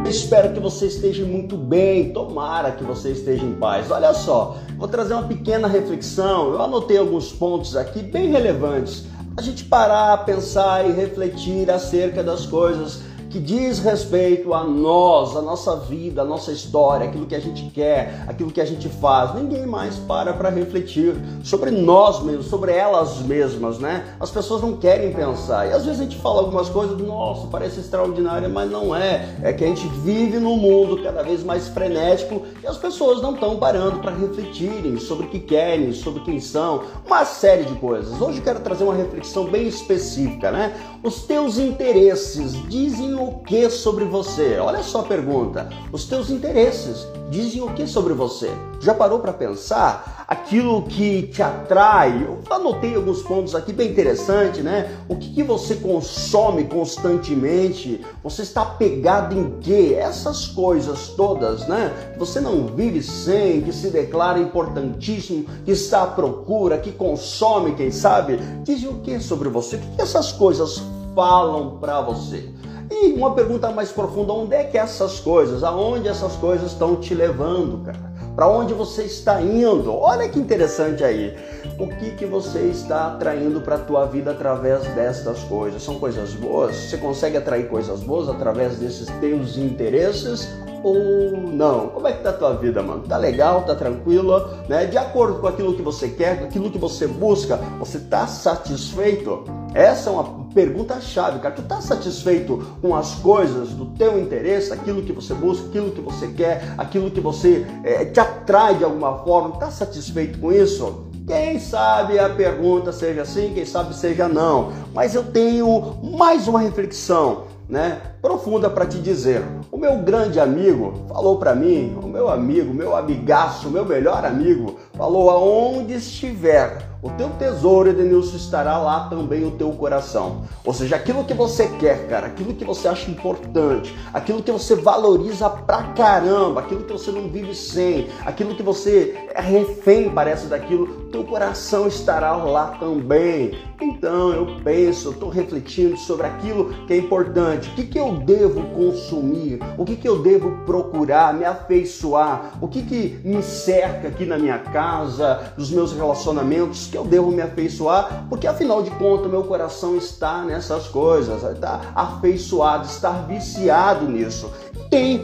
Espero que você esteja muito bem, tomara que você esteja em paz. Olha só, vou trazer uma pequena reflexão, eu anotei alguns pontos aqui bem relevantes. A gente parar, pensar e refletir acerca das coisas que diz respeito a nós, a nossa vida, a nossa história, aquilo que a gente quer, aquilo que a gente faz. Ninguém mais para refletir sobre nós mesmos, sobre elas mesmas, né? As pessoas não querem pensar. E às vezes a gente fala algumas coisas, nossa, parece extraordinária, mas não é. É que a gente vive num mundo cada vez mais frenético e as pessoas não estão parando para refletirem sobre o que querem, sobre quem são, uma série de coisas. Hoje eu quero trazer uma reflexão bem específica, né? Os teus interesses dizem o que sobre você? Olha só a pergunta. Os teus interesses dizem o que sobre você? Já parou para pensar? Aquilo que te atrai? Eu anotei alguns pontos aqui bem interessantes, né? O que você consome constantemente? Você está apegado em quê? Essas coisas todas, né? Que você não vive sem, que se declara importantíssimo, que está à procura, que consome, quem sabe? Dizem o que sobre você? O que essas coisas falam para você? E uma pergunta mais profunda, onde é que essas coisas, aonde essas coisas estão te levando, cara? Para onde você está indo? Olha que interessante aí. O que você está atraindo para a tua vida através destas coisas? São coisas boas? Você consegue atrair coisas boas através desses teus interesses? Ou não? Como é que tá a tua vida, mano? Tá legal? Tá tranquilo? Né? De acordo com aquilo que você quer, com aquilo que você busca, você tá satisfeito? Essa é uma pergunta-chave, cara. Tu tá satisfeito com as coisas do teu interesse, aquilo que você busca, aquilo que você quer, aquilo que você te atrai de alguma forma? Tá satisfeito com isso? Quem sabe a pergunta seja sim, quem sabe seja não. Mas eu tenho mais uma reflexão, né, profunda para te dizer. O meu grande amigo falou para mim, o meu amigo, meu amigaço, meu melhor amigo, falou: aonde estiver o teu tesouro, Edenilson, estará lá também o teu coração. Ou seja, aquilo que você quer, cara, aquilo que você acha importante, aquilo que você valoriza pra caramba, aquilo que você não vive sem, aquilo que você é refém, parece, daquilo, teu coração estará lá também. Então eu penso, eu estou refletindo sobre aquilo que é importante. O que eu devo consumir? O que eu devo procurar, me afeiçoar? O que me cerca aqui na minha casa, nos meus relacionamentos, que eu devo me afeiçoar? Porque afinal de contas, meu coração está nessas coisas, está afeiçoado, está viciado nisso. Tem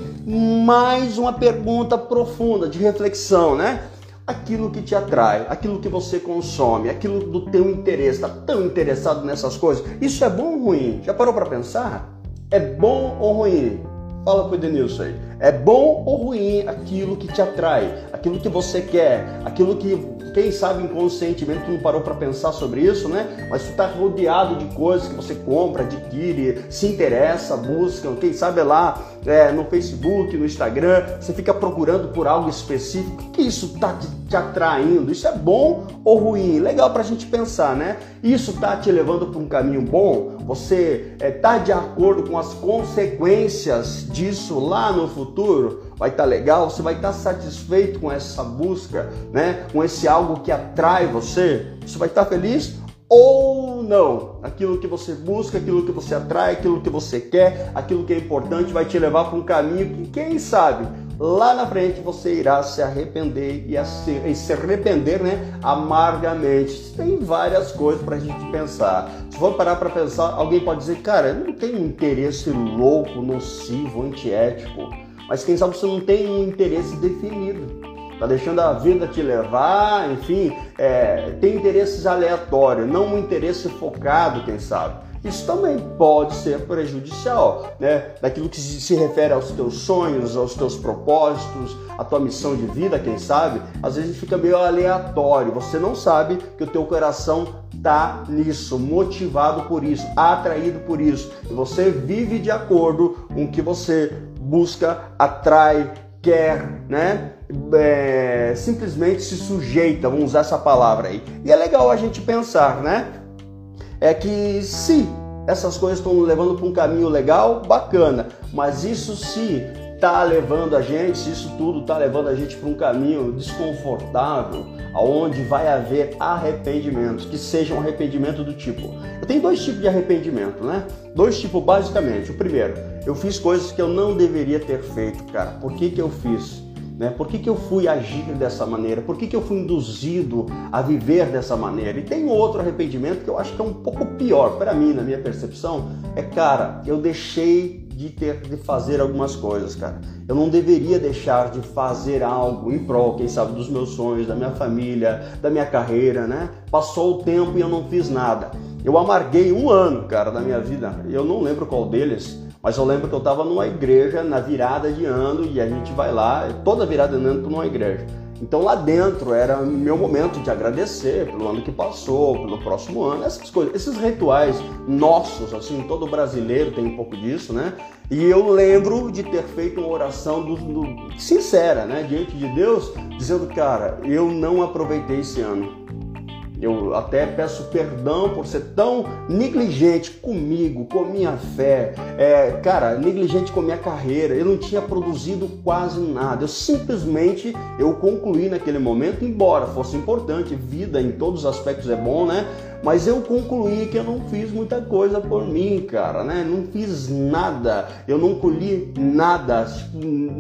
mais uma pergunta profunda de reflexão, né? Aquilo que te atrai, aquilo que você consome, aquilo do teu interesse, está tão interessado nessas coisas, isso é bom ou ruim? Já parou para pensar? É bom ou ruim? Fala pro Edenilson aí. É bom ou ruim aquilo que te atrai, aquilo que você quer, aquilo que, quem sabe inconscientemente tu não parou para pensar sobre isso, né? Mas tu está rodeado de coisas que você compra, adquire, se interessa, busca, quem sabe lá no Facebook, no Instagram, você fica procurando por algo específico. O que isso está te atraindo? Isso é bom ou ruim? Legal para a gente pensar, né? Isso está te levando para um caminho bom? Você está de acordo com as consequências disso lá no futuro? Vai estar legal? Você vai estar satisfeito com essa busca, né? Com esse algo que atrai você? Você vai estar feliz ou não? Aquilo que você busca, aquilo que você atrai, aquilo que você quer, aquilo que é importante vai te levar para um caminho que, quem sabe, lá na frente você irá se arrepender e se arrepender, né, amargamente. Tem várias coisas para a gente pensar. Se for parar para pensar, alguém pode dizer: cara, eu não tenho um interesse louco, nocivo, antiético. Mas quem sabe você não tem um interesse definido. Tá deixando a vida te levar, enfim, tem interesses aleatórios, não um interesse focado, quem sabe. Isso também pode ser prejudicial, né? Daquilo que se refere aos teus sonhos, aos teus propósitos, à tua missão de vida, quem sabe. Às vezes fica meio aleatório, você não sabe que o teu coração tá nisso, motivado por isso, atraído por isso. E você vive de acordo com o que você busca, atrai, quer, né? Simplesmente se sujeita, vamos usar essa palavra aí. E é legal a gente pensar, né? É que se essas coisas estão levando para um caminho legal, bacana, mas isso se tá levando a gente, se isso tudo tá levando a gente para um caminho desconfortável, aonde vai haver arrependimento, que seja um arrependimento do tipo... Eu tenho dois tipos de arrependimento, né? Dois tipos basicamente. O primeiro, eu fiz coisas que eu não deveria ter feito, cara. Por que eu fiz? Por que eu fui agir dessa maneira? Por que eu fui induzido a viver dessa maneira? E tem outro arrependimento que eu acho que é um pouco pior para mim, na minha percepção, cara, eu deixei de fazer algumas coisas, cara. Eu não deveria deixar de fazer algo em prol, quem sabe, dos meus sonhos, da minha família, da minha carreira, né? Passou o tempo e eu não fiz nada. Eu amarguei um ano, cara, da minha vida. Eu não lembro qual deles, mas eu lembro que eu estava numa igreja na virada de ano e a gente vai lá, toda virada de ano numa igreja. Então lá dentro era meu momento de agradecer pelo ano que passou, pelo próximo ano, essas coisas, esses rituais nossos, assim, todo brasileiro tem um pouco disso, né? E eu lembro de ter feito uma oração sincera, né, diante de Deus, dizendo, cara, eu não aproveitei esse ano. Eu até peço perdão por ser tão negligente comigo, com minha fé, negligente com minha carreira. Eu não tinha produzido quase nada. Eu concluí naquele momento, embora fosse importante, vida em todos os aspectos é bom, né? Mas eu concluí que eu não fiz muita coisa por mim, cara, né? Não fiz nada, eu não colhi nada, tipo,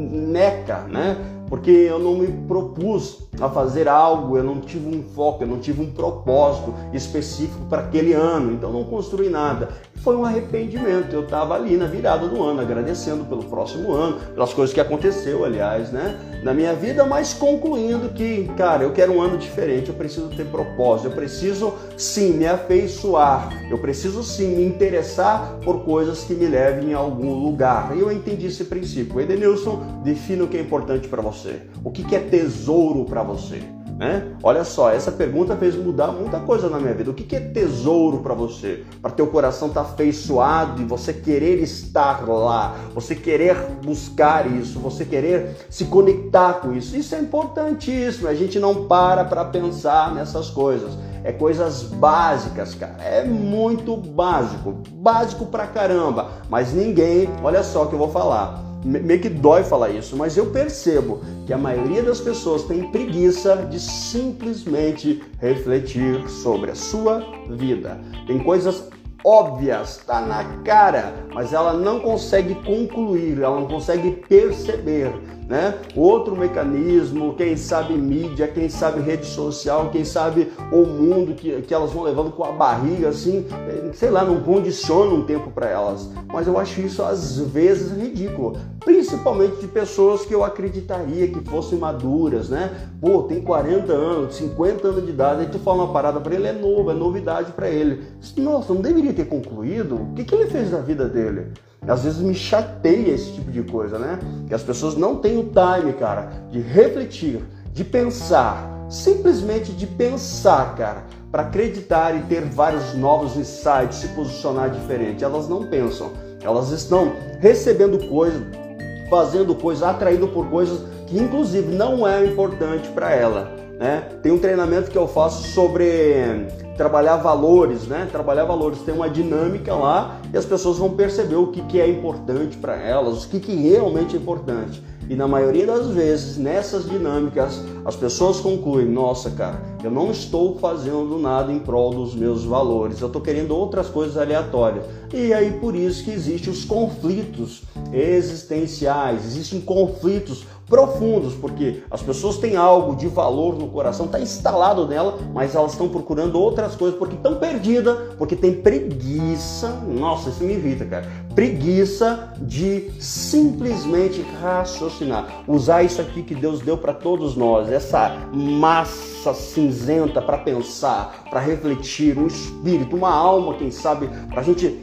neca, né? Porque eu não me propus a fazer algo, eu não tive um foco, eu não tive um propósito específico para aquele ano, então não construí nada. Foi um arrependimento, eu estava ali na virada do ano, agradecendo pelo próximo ano, pelas coisas que aconteceu, aliás, né, na minha vida, mas concluindo que, cara, eu quero um ano diferente, eu preciso ter propósito, eu preciso sim me afeiçoar, eu preciso sim me interessar por coisas que me levem a algum lugar. E eu entendi esse princípio. Edenilson, defina o que é importante para você. O que é tesouro para você? Olha só, essa pergunta fez mudar muita coisa na minha vida. O que é tesouro para você? Para teu coração estar afeiçoado e você querer estar lá, você querer buscar isso, você querer se conectar com isso. Isso é importantíssimo. A gente não para pensar nessas coisas. É coisas básicas, cara. É muito básico. Básico pra caramba. Mas ninguém, olha só o que eu vou falar. Meio que dói falar isso, mas eu percebo que a maioria das pessoas tem preguiça de simplesmente refletir sobre a sua vida. Tem coisas óbvias, tá na cara, mas ela não consegue concluir, ela não consegue perceber, né? Outro mecanismo, quem sabe mídia, quem sabe rede social, quem sabe o mundo que elas vão levando com a barriga, assim, sei lá, não condiciona um tempo para elas. Mas eu acho isso às vezes ridículo, principalmente de pessoas que eu acreditaria que fossem maduras, né? Pô, tem 40 anos, 50 anos de idade, aí tu fala uma parada para ele, é novo, é novidade para ele. Nossa, não deveria ter concluído? O que ele fez da vida dele? Às vezes me chateia esse tipo de coisa, né? Que as pessoas não têm o time, cara, de refletir, de pensar, simplesmente de pensar, cara, para acreditar e ter vários novos insights, se posicionar diferente. Elas não pensam, elas estão recebendo coisas, fazendo coisas, atraído por coisas que inclusive não é importante para ela, né? Tem um treinamento que eu faço sobre trabalhar valores, né? Trabalhar valores, tem uma dinâmica lá e as pessoas vão perceber o que é importante para elas, o que realmente é importante. E na maioria das vezes, nessas dinâmicas, as pessoas concluem, nossa, cara, eu não estou fazendo nada em prol dos meus valores, eu estou querendo outras coisas aleatórias. E aí por isso que existem os conflitos existenciais, existem conflitos profundos, porque as pessoas têm algo de valor no coração, está instalado nela, mas elas estão procurando outras coisas porque estão perdidas, porque tem preguiça, nossa, isso me irrita, cara, preguiça de simplesmente raciocinar, usar isso aqui que Deus deu para todos nós, essa massa cinzenta para pensar, para refletir, um espírito, uma alma, quem sabe, para a gente,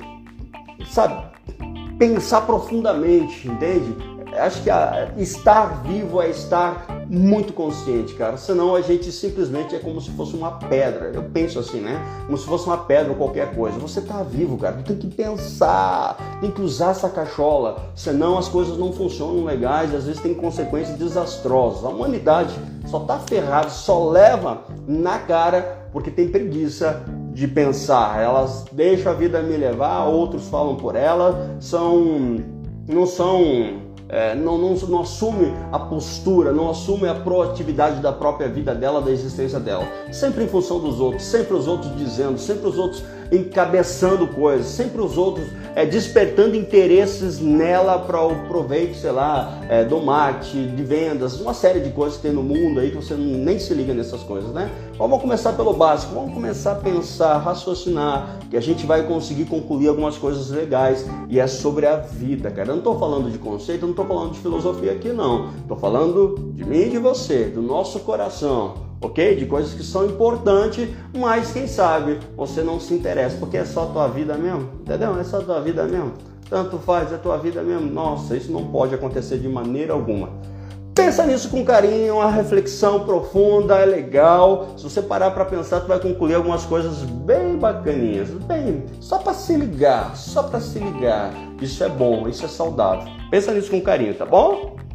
sabe, pensar profundamente, entende? Acho que estar vivo é estar muito consciente, cara. Senão a gente simplesmente é como se fosse uma pedra. Eu penso assim, né? Como se fosse uma pedra ou qualquer coisa. Você tá vivo, cara. Tu tem que pensar, tem que usar essa cachola. Senão as coisas não funcionam legais. Às vezes tem consequências desastrosas. A humanidade só tá ferrada, só leva na cara porque tem preguiça de pensar. Elas deixam a vida me levar, outros falam por ela, não são não assume a postura, não assume a proatividade da própria vida dela, da existência dela. Sempre em função dos outros, sempre os outros dizendo, sempre os outros encabeçando coisas, sempre os outros despertando interesses nela para o proveito, sei lá, do marketing, de vendas, uma série de coisas que tem no mundo aí que você nem se liga nessas coisas, né? Vamos começar pelo básico, vamos começar a pensar, raciocinar, que a gente vai conseguir concluir algumas coisas legais, e é sobre a vida, cara. Eu não estou falando de conceito, eu não estou falando de filosofia aqui, não. Estou falando de mim e de você, do nosso coração, ok? De coisas que são importantes, mas quem sabe você não se interessa, porque é só a tua vida mesmo, entendeu? É só a tua vida mesmo. Tanto faz, é a tua vida mesmo. Nossa, isso não pode acontecer de maneira alguma. Pensa nisso com carinho, uma reflexão profunda, é legal. Se você parar para pensar, tu vai concluir algumas coisas bem bacaninhas, bem, só para se ligar, só para se ligar. Isso é bom, isso é saudável. Pensa nisso com carinho, tá bom?